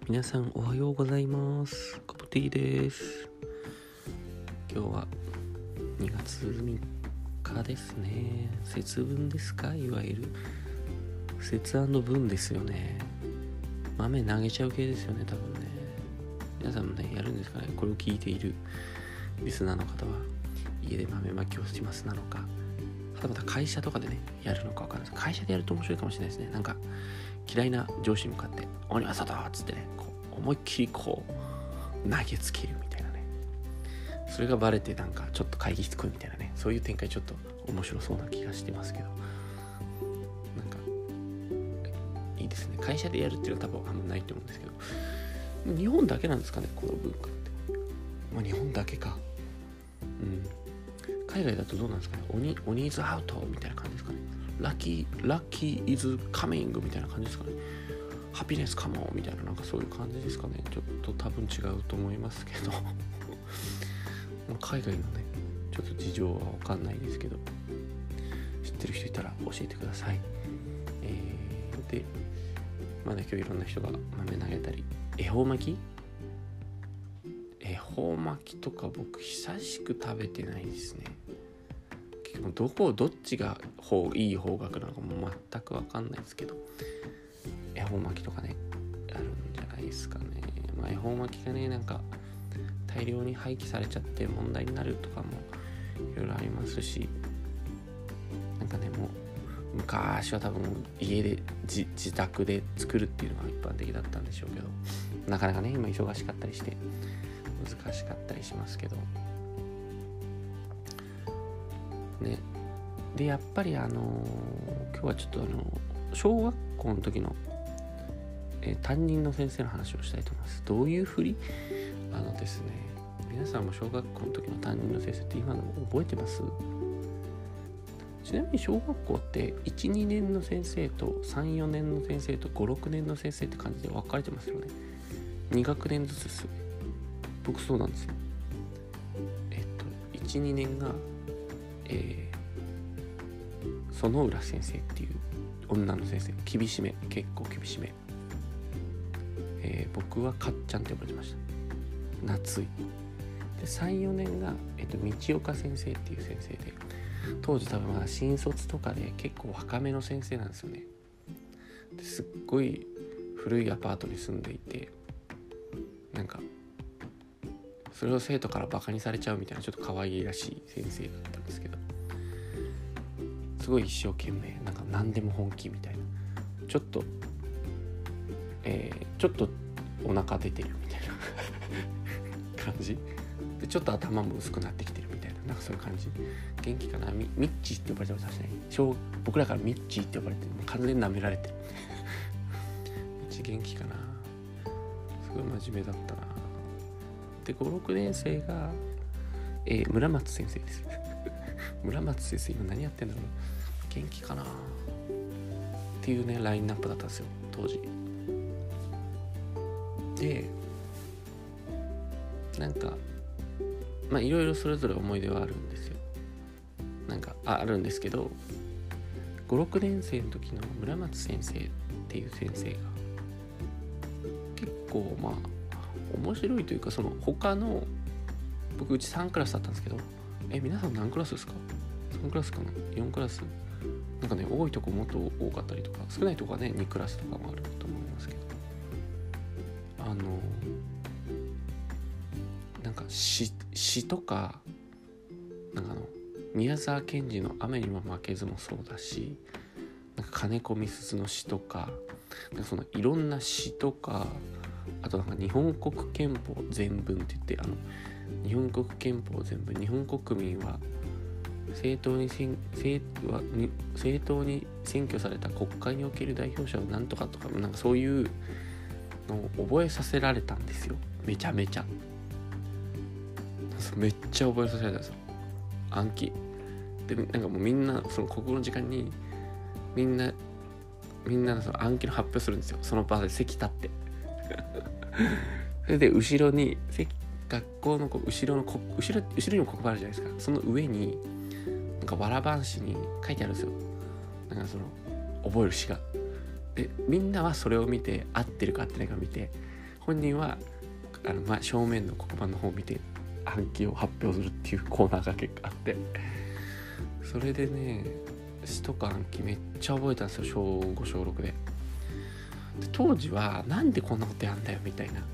皆さんおはようございます。コプティです。今日は2月3日ですね。節分ですか、いわゆる節分ですよね。豆投げちゃう系ですよね、多分ね。皆さんもねやるんですかね。これを聞いているリスナーの方は家で豆まきをしますなのか、また会社とかでねやるのか分からないです。会社でやると面白いかもしれないですね。なんか嫌いな上司に向かって鬼は外っつってね、こう思いっきりこう投げつけるみたいなね。それがバレてなんかちょっと会議室来るみたいなね、そういう展開ちょっと面白そうな気がしてますけど、なんかいいですね。会社でやるっていうのは多分あんまないと思うんですけど、日本だけなんですかね、この文化って。日本だけか。海外だとどうなんですかね。鬼イズアウトみたいな感じですかね。ラッキーイズカミングみたいな感じですかね。ハピネスカモンみたいな、なんかそういう感じですかね。ちょっと多分違うと思いますけど海外のねちょっと事情は分かんないですけど、知ってる人いたら教えてください。で今日いろんな人が豆投げたり、恵方巻きとか僕久しく食べてないですね。結局どっちがいい方角なのかも全く分かんないですけど、恵方巻きとかねあるんじゃないですかね。恵方巻きがねなんか大量に廃棄されちゃって問題になるとかもいろいろありますし、なんかねもう昔は多分家で自宅で作るっていうのが一般的だったんでしょうけど、なかなかね今忙しかったりして難しかったりしますけどね。でやっぱり今日はちょっと小学校の時の、担任の先生の話をしたいと思います。どういうふりですね、皆さんも小学校の時の担任の先生って今の覚えてます？ちなみに小学校って 1,2 年の先生と 3,4 年の先生と 5,6 年の先生って感じで分かれてますよね。2学年ずつですよね。僕そうなんですよ。1、2年が、園浦先生っていう女の先生、結構厳しめ、僕はかっちゃんって呼ばれてました。夏井で、3、4年が、道岡先生っていう先生で、当時多分まだ新卒とかで結構若めの先生なんですよね。ですっごい古いアパートに住んでいて、なんかそれを生徒からバカにされちゃうみたいなちょっと可愛いらしい先生だったんですけど、すごい一生懸命なんか何でも本気みたいな、ちょっとお腹出てるみたいな感じで、ちょっと頭も薄くなってきてるみたいな、なんかそういう感じ。元気かな、ミッチーって呼ばれてましたね。僕らからミッチーって呼ばれてる、完全に舐められてるミッチー元気かな、すごい真面目だったな。で5、6年生が、村松先生です村松先生今何やってんだろう、元気かなっていうねラインナップだったんですよ当時で。なんかいろいろそれぞれ思い出はあるんですよ。なんかあるんですけど、5、6年生の時の村松先生っていう先生が結構面白いというか、その他の僕うち3クラスだったんですけど、皆さん何クラスですか？3クラスかな ?4 クラスなんかね、多いとこもっと多かったりとか、少ないとこはね2クラスとかもあると思いますけど、なんか詩とか、なんか宮沢賢治の雨にも負けずもそうだし、なんか金子みすずの詩とか、なんかそのいろんな詩とか、あとなんか日本国憲法全文って言って、日本国憲法全文、日本国民は正当に選挙された国会における代表者をなんとかとか、なんかそういうのを覚えさせられたんですよ。めちゃめちゃ覚えさせられたんですよ、暗記で。なんかもうみんなその国語の時間にみんなその暗記の発表するんですよ、その場で席立ってそれで後ろに学校の後ろにも黒板あるじゃないですか。その上になんかわらばんしに書いてあるんですよ、なんかその覚える詩が。でみんなはそれを見て合ってるか合ってないか見て、 本人は正面の黒板の方を見て暗記を発表するっていうコーナーが結構あって、それでね詩とか暗記めっちゃ覚えたんですよ、小5小6で。当時はなんでこんなことやんだよみたいな、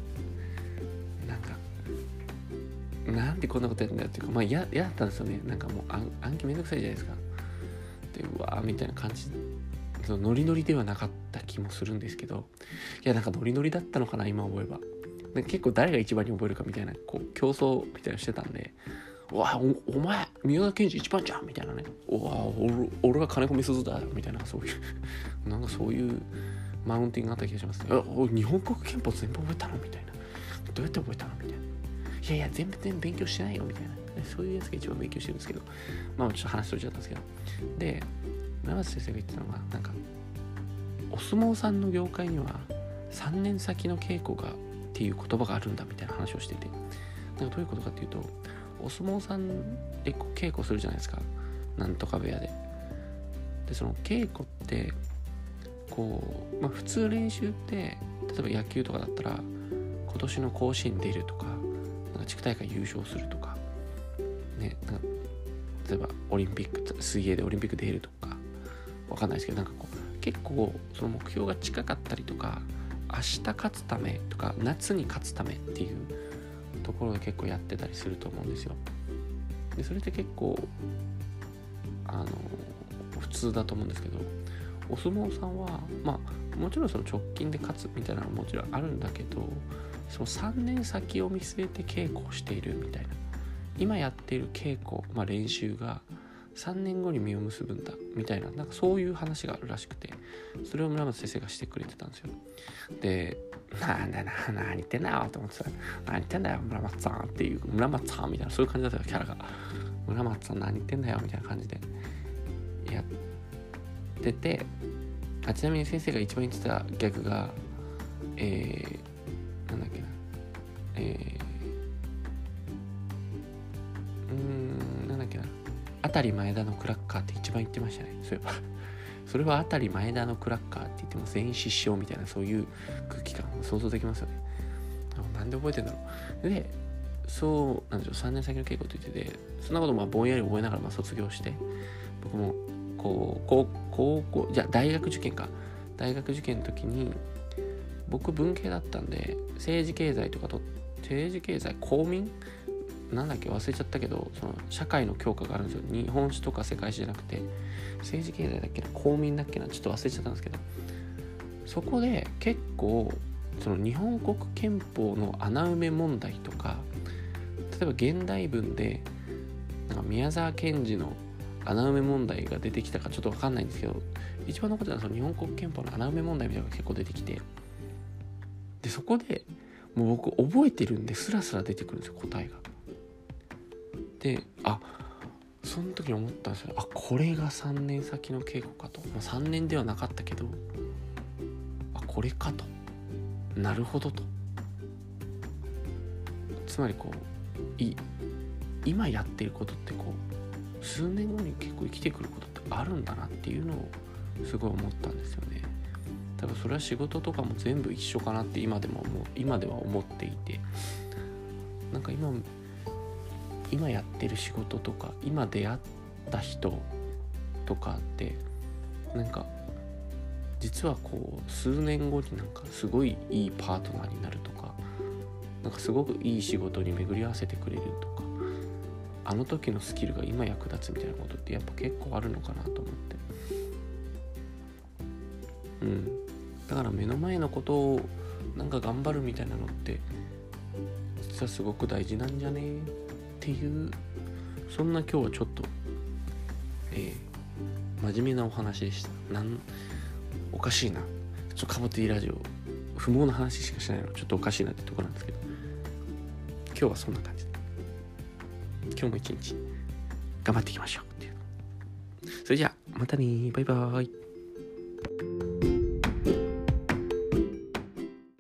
なんでこんなことやるんだよっていうか、嫌だったんですよね。なんかもう暗記めんどくさいじゃないですか。でうわーみたいな感じ、そのノリノリではなかった気もするんですけど、いやなんかノリノリだったのかな今思えば。で結構誰が一番に覚えるかみたいなこう競争みたいなのしてたんで、うわお前宮沢賢治一番じゃんみたいなね、うわ俺は金子みすずだよみたいな、そういうなんかそういうマウンティングがあった気がしますね。日本国憲法全部覚えたのみたいな、どうやって覚えたのみたいな、いや全然勉強してないよみたいな、そういうやつが一番勉強してるんですけど、ちょっと話しとれちゃったんですけど、で村松先生が言ってたのが、なんかお相撲さんの業界には3年先の稽古がっていう言葉があるんだみたいな話をしてて、なんかどういうことかっていうと、お相撲さんで稽古するじゃないですか、なんとか部屋で。でその稽古ってこう、普通練習って例えば野球とかだったら今年の甲子園出るとか、なんか地区大会優勝するとかね、なんか例えばオリンピック水泳でオリンピック出るとかわかんないですけど、なんかこう結構その目標が近かったりとか、明日勝つためとか夏に勝つためっていうところで結構やってたりすると思うんですよ。でそれって結構普通だと思うんですけど、お相撲さんはもちろんその直近で勝つみたいなのももちろんあるんだけど、その3年先を見据えて稽古をしているみたいな、今やっている稽古、練習が3年後に実を結ぶんだみたいな、なんかそういう話があるらしくて、それを村松先生がしてくれてたんですよ。で何言ってんだよと思ってた、何言ってんだよ村松さんっていう、村松さんみたいなそういう感じだったよキャラが、村松さん何言ってんだよみたいな感じでやってて、ちなみに先生が一番言ってたギャグがなんだっけな、なんだっけな、あたり前田のクラッカーって一番言ってましたね。そういえばそれはあたり前田のクラッカーって言っても全員失笑みたいな、そういう空気感を想像できますよね。なんで覚えてんだろう。でそうなんですよ、3年先の稽古と言ってて、そんなことぼんやり覚えながら卒業して、僕も高校じゃあ大学受験の時に、僕文系だったんで政治経済公民なんだっけ忘れちゃったけど、その社会の教科があるんですよ。日本史とか世界史じゃなくて政治経済だっけな、公民だっけな、ちょっと忘れちゃったんですけど、そこで結構その日本国憲法の穴埋め問題とか、例えば現代文でなんか宮沢賢治の穴埋め問題が出てきたかちょっと分かんないんですけど、一番残ってたのはその日本国憲法の穴埋め問題みたいなのが結構出てきて、でそこでもう僕覚えてるんでスラスラ出てくるんですよ、答えが。でその時に思ったんですよ、これが3年先の稽古かと、3年ではなかったけどこれかと、なるほどと、つまり今やっていることって数年後に結構生きてくることってあるんだなっていうのをすごい思ったんですよね。多分それは仕事とかも全部一緒かなって今では思っていて、なんか今やってる仕事とか今出会った人とかってなんか実は数年後になんかすごいいいパートナーになるとか、なんかすごくいい仕事に巡り合わせてくれるとか、あの時のスキルが今役立つみたいなことってやっぱ結構あるのかなと思って、だから目の前のことをなんか頑張るみたいなのって実はすごく大事なんじゃねっていう、そんな今日はちょっと、真面目なお話でした。おかしいな、ちょっとカボティラジオ不毛な話しかしないのちょっとおかしいなってとこなんですけど、今日はそんな感じで今日も一日頑張っていきましょうっていう。それじゃあまたね、バイバーイ。